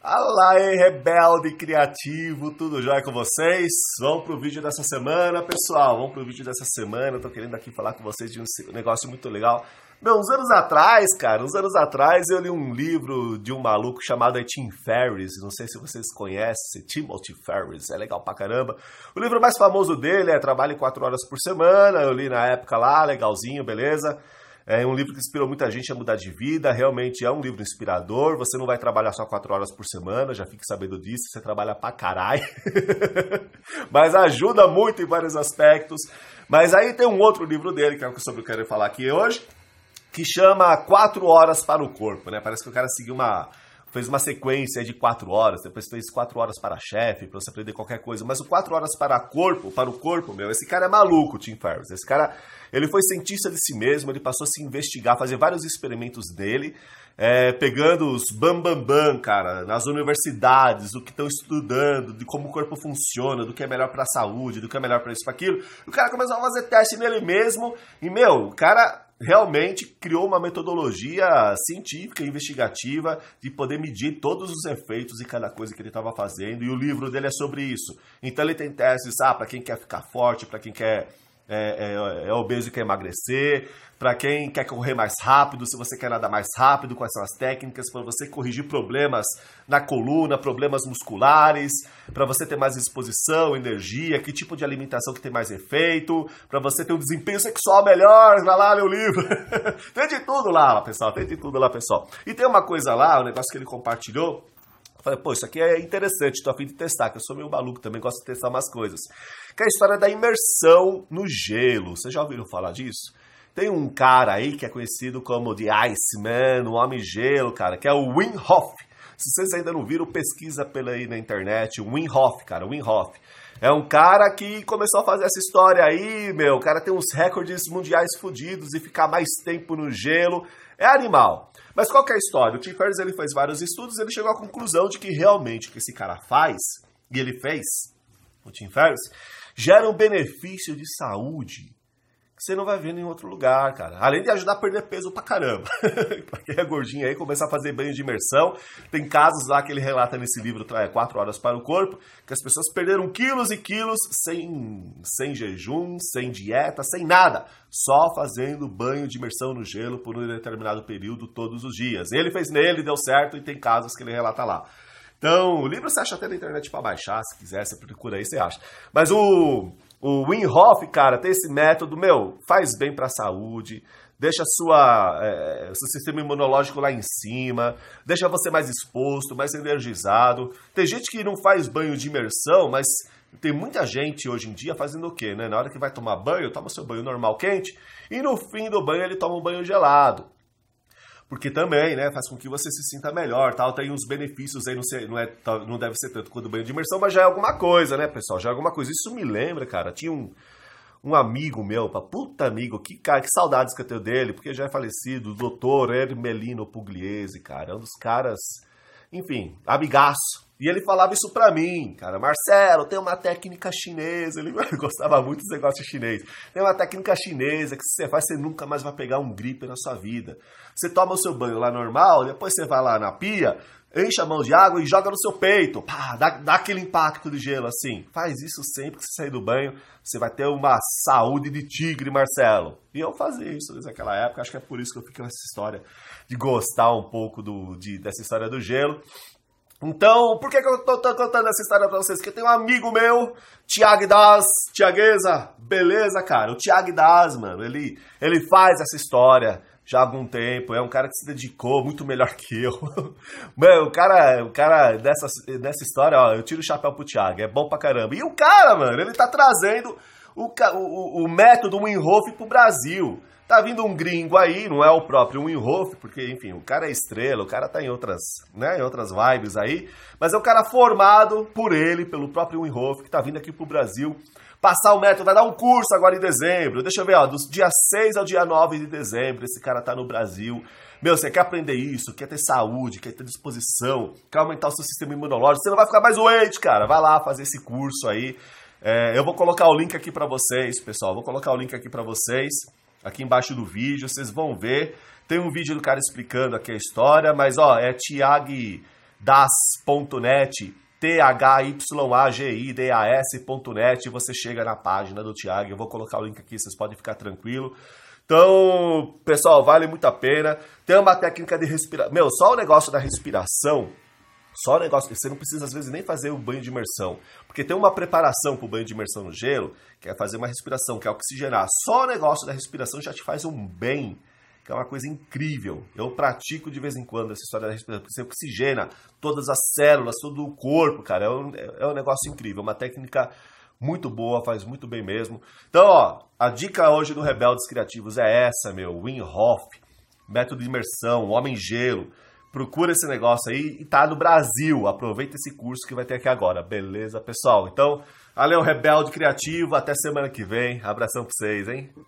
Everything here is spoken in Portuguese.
Olá aí, rebelde criativo, tudo jóia com vocês? Vamos pro vídeo dessa semana, pessoal, vamos pro vídeo dessa semana. Eu tô querendo aqui falar com vocês de um negócio muito legal. Uns anos atrás eu li um livro de um maluco chamado Tim Ferriss, não sei se vocês conhecem, Timothy Ferriss, é legal pra caramba. O livro mais famoso dele é Trabalhe 4 horas por semana, eu li na época lá, legalzinho, beleza? É um livro que inspirou muita gente a mudar de vida, realmente é um livro inspirador, você não vai trabalhar só 4 horas por semana, já fique sabendo disso, você trabalha pra caralho, mas ajuda muito em vários aspectos. Mas aí tem um outro livro dele, que é sobre o que eu quero falar aqui hoje, que chama 4 horas para o corpo, né? Parece que o cara fez uma sequência de 4 horas, depois fez 4 horas para chefe, para você aprender qualquer coisa, mas o 4 horas para o corpo, esse cara é maluco, o Tim Ferriss. Esse cara, ele foi cientista de si mesmo, ele passou a se investigar, fazer vários experimentos dele, pegando os bambambam, cara, nas universidades, do que estão estudando, de como o corpo funciona, do que é melhor para a saúde, do que é melhor para isso, para aquilo. O cara começou a fazer teste nele mesmo e, o cara realmente criou uma metodologia científica e investigativa de poder medir todos os efeitos de cada coisa que ele estava fazendo, e o livro dele é sobre isso. Então ele tem testes para quem quer ficar forte, para quem quer é obeso e quer emagrecer, para quem quer correr mais rápido, se você quer nadar mais rápido, quais são as técnicas para você corrigir problemas na coluna, problemas musculares, para você ter mais disposição, energia, que tipo de alimentação que tem mais efeito, para você ter um desempenho sexual melhor. Vai lá ler o livro. Tem de tudo lá, pessoal, E tem uma coisa lá, um negócio que ele compartilhou. Falei, isso aqui é interessante, tô a fim de testar, que eu sou meio maluco também, gosto de testar umas coisas. Que é a história da imersão no gelo. Vocês já ouviram falar disso? Tem um cara aí que é conhecido como The Iceman, o Homem Gelo, cara, que é o Wim Hof. Se vocês ainda não viram, pesquisa aí na internet, o Wim Hof, cara, o Wim Hof. É um cara que começou a fazer essa história aí, o cara tem uns recordes mundiais fodidos e ficar mais tempo no gelo. É animal. Mas qual que é a história? O Tim Ferriss, ele fez vários estudos e ele chegou à conclusão de que realmente o que esse cara faz, e ele fez, o Tim Ferriss, gera um benefício de saúde que você não vai ver em outro lugar, cara. Além de ajudar a perder peso pra caramba. Pra quem é gordinho aí, começar a fazer banho de imersão. Tem casos lá que ele relata nesse livro, 4 horas para o corpo, que as pessoas perderam quilos e quilos sem jejum, sem dieta, sem nada. Só fazendo banho de imersão no gelo por um determinado período todos os dias. Ele fez nele, deu certo, e tem casos que ele relata lá. Então, o livro você acha até na internet pra baixar, se quiser, você procura aí, você acha. Mas o Wim Hof, cara, tem esse método, faz bem pra saúde, deixa seu sistema imunológico lá em cima, deixa você mais exposto, mais energizado. Tem gente que não faz banho de imersão, mas tem muita gente hoje em dia fazendo o quê, né? Na hora que vai tomar banho, toma seu banho normal quente, e no fim do banho ele toma um banho gelado. Porque também, faz com que você se sinta melhor, tal. Tem uns benefícios aí, não deve ser tanto quanto o banho de imersão, mas já é alguma coisa, né, pessoal? Já é alguma coisa. Isso me lembra, cara, tinha um amigo meu, puta amigo, que saudades que eu tenho dele, porque já é falecido, o doutor Hermelino Pugliese, cara, é um dos caras, enfim, amigaço. E ele falava isso pra mim, cara, Marcelo, tem uma técnica chinesa, ele gostava muito desse negócio chinês. Tem uma técnica chinesa que se você faz, você nunca mais vai pegar um gripe na sua vida. Você toma o seu banho lá normal, depois você vai lá na pia, enche a mão de água e joga no seu peito. Pá, dá aquele impacto de gelo assim. Faz isso sempre que você sair do banho, você vai ter uma saúde de tigre, Marcelo. E eu fazia isso desde aquela época, acho que é por isso que eu fiquei com essa história de gostar um pouco dessa história do gelo. Então, por que eu tô contando essa história pra vocês? Porque tem um amigo meu, Thiago Das, Thiagueza, beleza, cara? O Thiago Das, mano, ele faz essa história já há algum tempo, é um cara que se dedicou muito melhor que eu. Mano, o cara nessa história, ó, eu tiro o chapéu pro Thiago, é bom pra caramba. E o cara, mano, ele tá trazendo o método Wim Hof pro Brasil. Tá vindo um gringo aí, não é o próprio Wim Hof, porque, enfim, o cara é estrela, o cara tá em outras vibes aí, mas é um cara formado pelo próprio Wim Hof, que tá vindo aqui pro Brasil passar o método, vai dar um curso agora em dezembro. Deixa eu ver, dos dia 6 ao dia 9 de dezembro, esse cara tá no Brasil. Você quer aprender isso, quer ter saúde, quer ter disposição, quer aumentar o seu sistema imunológico, você não vai ficar mais doente, cara, vai lá fazer esse curso aí. Eu vou colocar o link aqui pra vocês, pessoal, aqui embaixo do vídeo, vocês vão ver. Tem um vídeo do cara explicando aqui a história, mas é Thiago das.net, THYAGIDAS.net, você chega na página do Thiago, eu vou colocar o link aqui, vocês podem ficar tranquilo. Então, pessoal, vale muito a pena. Tem uma técnica de respiração. Meu, só o negócio da respiração, você não precisa às vezes nem fazer o banho de imersão, porque tem uma preparação para o banho de imersão no gelo, que é fazer uma respiração, que é oxigenar. Só o negócio da respiração já te faz um bem, que é uma coisa incrível. Eu pratico de vez em quando essa história da respiração, porque você oxigena todas as células, todo o corpo, cara. É um negócio incrível, uma técnica muito boa, faz muito bem mesmo. Então, ó, a dica hoje do Rebeldes Criativos é essa, meu. Wim Hof, método de imersão, Homem Gelo. Procura esse negócio aí e tá no Brasil. Aproveita esse curso que vai ter aqui agora. Beleza, pessoal? Então, valeu, Rebelde Criativo. Até semana que vem. Abração pra vocês, hein?